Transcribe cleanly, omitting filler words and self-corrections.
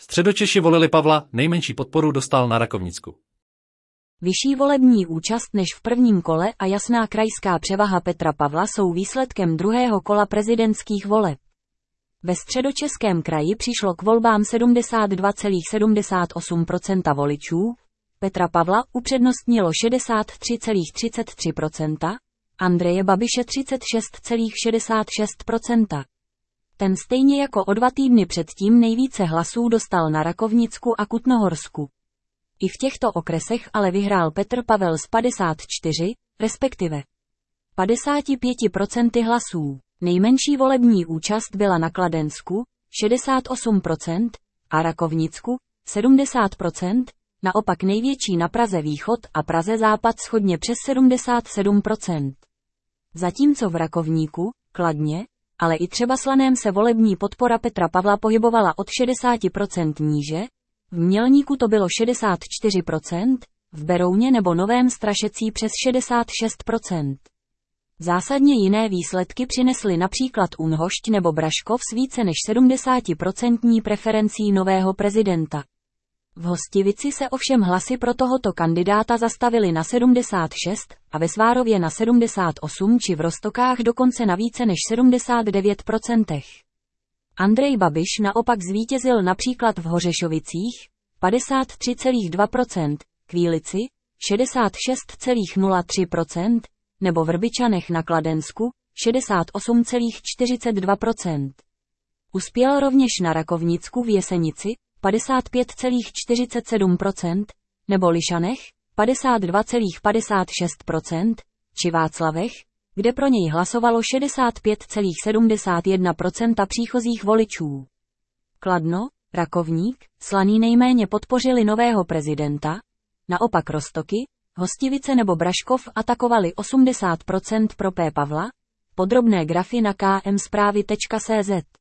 Středočeši volili Pavla, nejmenší podporu dostal na Rakovnicku. Vyšší volební účast než v prvním kole a jasná krajská převaha Petra Pavla jsou výsledkem druhého kola prezidentských voleb. Ve Středočeském kraji přišlo k volbám 72,78% voličů, Petra Pavla upřednostnilo 63,33%, Andreje Babiše 36,66%. Ten stejně jako o 2 týdny předtím nejvíce hlasů dostal na Rakovnicku a Kutnohorsku. I v těchto okresech ale vyhrál Petr Pavel z 54, respektive 55% hlasů. Nejmenší volební účast byla na Kladensku, 68%, a Rakovnicku, 70%, naopak největší na Praze východ a Praze západ shodně přes 77%. Zatímco v Rakovníku, Kladně, ale i třeba Slaném se volební podpora Petra Pavla pohybovala od 60% níže, v Mělníku to bylo 64%, v Berouně nebo Novém Strašecí přes 66%. Zásadně jiné výsledky přinesly například Únhošť nebo Braškov s více než 70% preferencí nového prezidenta. V Hostivici se ovšem hlasy pro tohoto kandidáta zastavily na 76 a ve Svárově na 78 či v Roztokách dokonce na více než 79%. Andrej Babiš naopak zvítězil například v Hořešovicích 53,2%, Kvílici 66,03% nebo v Rbyčanech na Kladensku 68,42%. Uspěl rovněž na Rakovnicku v Jesenici 55,47%, nebo Lišanech 52,56%, či Václavech, kde pro něj hlasovalo 65,71% příchozích voličů. Kladno, Rakovník, Slaný nejméně podpořili nového prezidenta, naopak Roztoky, Hostivice nebo Braškov atakovali 80% pro P. Pavla, podrobné grafy na kmsprávy.cz.